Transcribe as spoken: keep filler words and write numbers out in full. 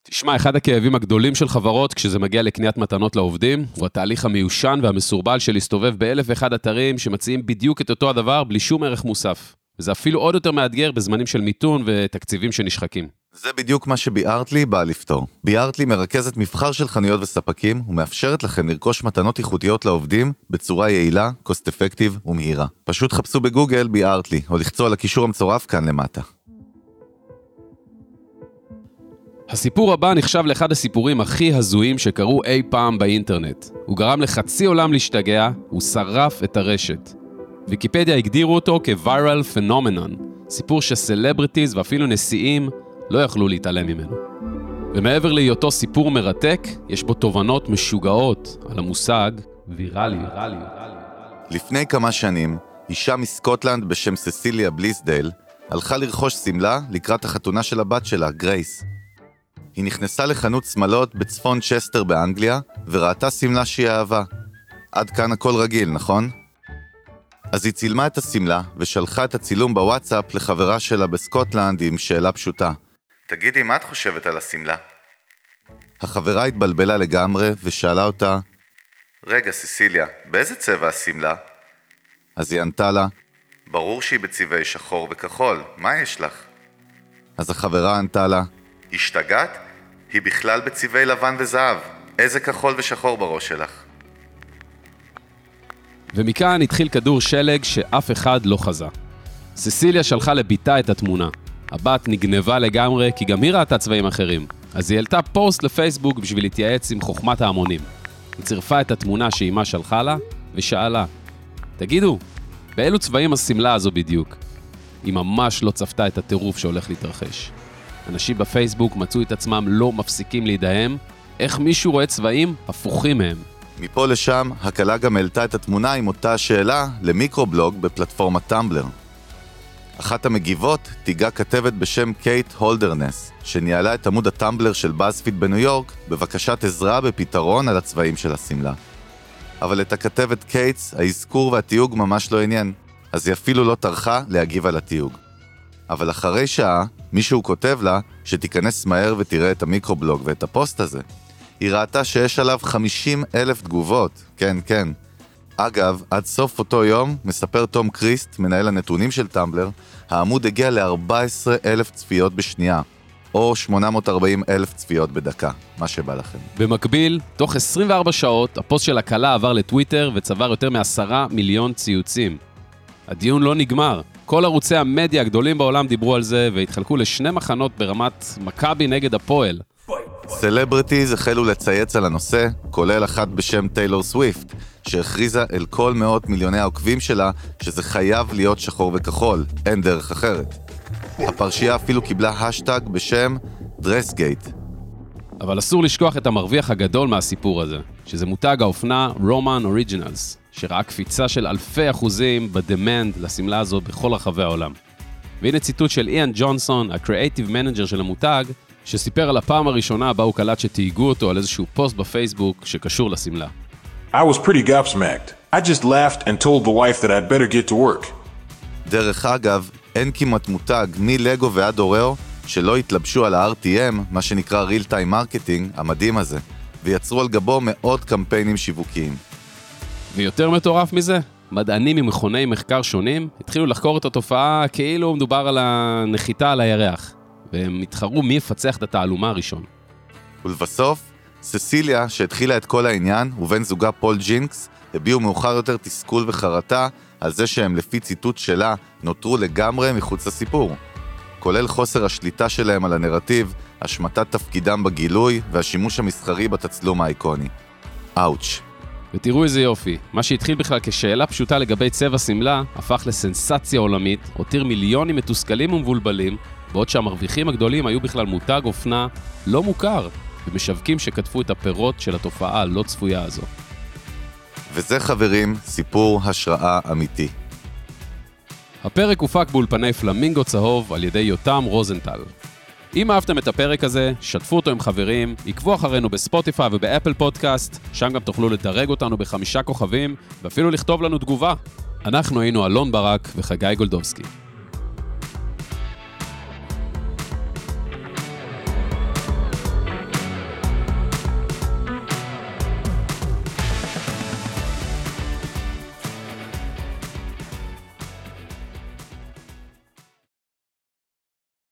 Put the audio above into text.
תשמע, אחד הכאבים הגדולים של חברות כשזה מגיע לקניית מתנות לעובדים, הוא התהליך המיושן והמסורבל של להסתובב באלף ואחד אתרים שמציעים בדיוק את אותו הדבר בלי שום ערך מוסף. וזה אפילו עוד יותר מאתגר בזמנים של מיתון ותקציבים שנשחקים. זה בדיוק מה שביארטלי באה לפתור. ביארטלי מרכזת מבחר של חנויות וספקים ומאפשרת לכם לרכוש מתנות איכותיות לעובדים בצורה יעילה, קוסט אפקטיב ומהירה. פשוט חפשו בגוגל ביארטלי או לחצו על הקישור המצורף כאן למטה. הסיפור הבא נחשב לאחד הסיפורים הכי הזויים שקרו אי פעם באינטרנט. הוא גרם לחצי עולם להשתגע, הוא שרף את הרשת. ויקיפדיה הגדירו אותו כ-viral phenomenon, סיפור שסלבריטיז ואפילו נשיאים לא יכלו להתעלם ממנו. ומעבר להיותו סיפור מרתק, יש בו תובנות משוגעות על המושג ויראלי. לפני כמה שנים, אישה מסקוטלנד בשם ססיליה בליסדייל הלכה לרכוש סמלה לקראת החתונה של הבת שלה, גרייס. היא נכנסה לחנות שמלות בצפון צ'סטר באנגליה וראתה סמלה שהיא אהבה. עד כאן הכל רגיל, נכון? אז היא צילמה את הסמלה ושלחה את הצילום בוואטסאפ לחברה שלה בסקוטלנד עם שאלה פשוטה. תגידי, מה את חושבת על הסמלה? החברה התבלבלה לגמרי ושאלה אותה, רגע ססיליה, באיזה צבע הסמלה? אז היא ענתה לה, ברור שהיא בצבעי שחור וכחול, מה יש לך? אז החברה ענתה לה, השתגעת? היא בכלל בצבעי לבן וזהב, איזה כחול ושחור בראש שלך? ומכאן התחיל כדור שלג שאף אחד לא חזה. ססיליה שלחה לביתה את התמונה. הבת נגנבה לגמרי כי גם היא ראתה צבעים אחרים. אז היא העלתה פוסט לפייסבוק בשביל להתייעץ עם חוכמת ההמונים. היא צירפה את התמונה שאימה שלחה לה ושאלה, תגידו, באילו צבעים הסמלה הזו בדיוק? היא ממש לא צפתה את הטירוף שהולך להתרחש. אנשים בפייסבוק מצאו את עצמם לא מפסיקים להידהם, איך מישהו רואה צבעים הפוכים מהם. מפה לשם, הקלה גם העלתה את התמונה עם אותה השאלה למיקרובלוג בפלטפורמת טמבלר. אחת המגיבות תיגע כתבת בשם קייט הולדרנס, שניהלה את עמוד הטמבלר של באזפיד בניו יורק, בבקשת עזרה בפתרון על הצבעים של הסמלה. אבל את הכתבת קייטס, האזכור והתיוג ממש לא עניין, אז היא אפילו לא טרחה להגיב על התיוג. אבל אחרי שעה, מישהו כותב לה שתיכנס מהר ותראה את המיקרובלוג ואת הפוסט הזה. היא ראתה שיש עליו חמישים אלף תגובות, כן, כן. אגב, עד סוף אותו יום, מספר תום קריסט, מנהל הנתונים של טמבלר, העמוד הגיע ל-ארבעה עשר אלף צפיות בשנייה, או שמונה מאות וארבעים אלף צפיות בדקה, מה שבא לכם. במקביל, תוך עשרים וארבע שעות, הפוסט של הקלה עבר לטוויטר וצבר יותר מעשרה מיליון ציוצים. הדיון לא נגמר. כל ערוצי המדיה הגדולים בעולם דיברו על זה, והתחלקו לשני מחנות ברמת מכבי נגד הפועל. סלבריטיז החלו לצייץ על הנושא, כולל אחת בשם טיילור סוויפט, שהכריזה אל כל מאות מיליוני העוקבים שלה שזה חייב להיות שחור וכחול, אין דרך אחרת. הפרשייה אפילו קיבלה השטג בשם דרסגייט. אבל אסור לשכוח את המרוויח הגדול מהסיפור הזה, שזה מותג האופנה רומן אוריג'ינלס, שראה קפיצה של אלפי אחוזים בדמנד לסמלה הזו בכל רחבי העולם. והנה ציטוט של איאן ג'ונסון, הקריאייטיב מנג'ר של המותג, שסיפר על הפעם הראשונה בה הוא קלט שתהיגו אותו על איזשהו פוסט בפייסבוק שקשור לסמלה. I was pretty gobsmacked. I just laughed and told the wife that I'd better get to work. דרך אגב, אין כמעט מותג מלגו ועד אוראו שלא התלבשו על ה-אר טי אם, מה שנקרא Real Time Marketing, המדהים הזה, ויצרו על גבו מאות קמפיינים שיווקיים. ויותר מטורף מזה, מדענים ממכוני מחקר שונים התחילו לחקור את התופעה כאילו מדובר על הנחיתה על הירח, והם התחרו מי יפצח את התעלומה הראשון. ולבסוף, ססיליה, שהתחילה את כל העניין, ובן זוגה פול ג'ינקס, הביאו מאוחר יותר תסכול וחרטה על זה שהם לפי ציטוט שלה נותרו לגמרי מחוץ לסיפור. כולל חוסר השליטה שלהם על הנרטיב, השמטת תפקידם בגילוי והשימוש המסחרי בתצלום האיקוני. אאוץ'. ותראו איזה יופי, מה שהתחיל בכלל כשאלה פשוטה לגבי צבע סמלה, הפך לסנסציה עולמית, הותיר מיליונים מתוסכלים ומבולבלים, בעוד שהמרוויחים הגדולים היו בכלל מותג אופנה לא מוכר, ומשווקים שכתבו את הפירות של התופעה הלא צפויה הזו. וזה חברים, סיפור השראה אמיתי. הפרק הופק באולפני פלמינגו צהוב על ידי יותם רוזנטל. אם אהבתם את הפרק הזה, שתפו אותו עם חברים, עקבו אחרינו בספוטיפיי ובאפל פודקאסט, שם גם תוכלו לדרג אותנו בחמישה כוכבים, ואפילו לכתוב לנו תגובה. אנחנו היינו אלון ברק וחגי גולדובסקי.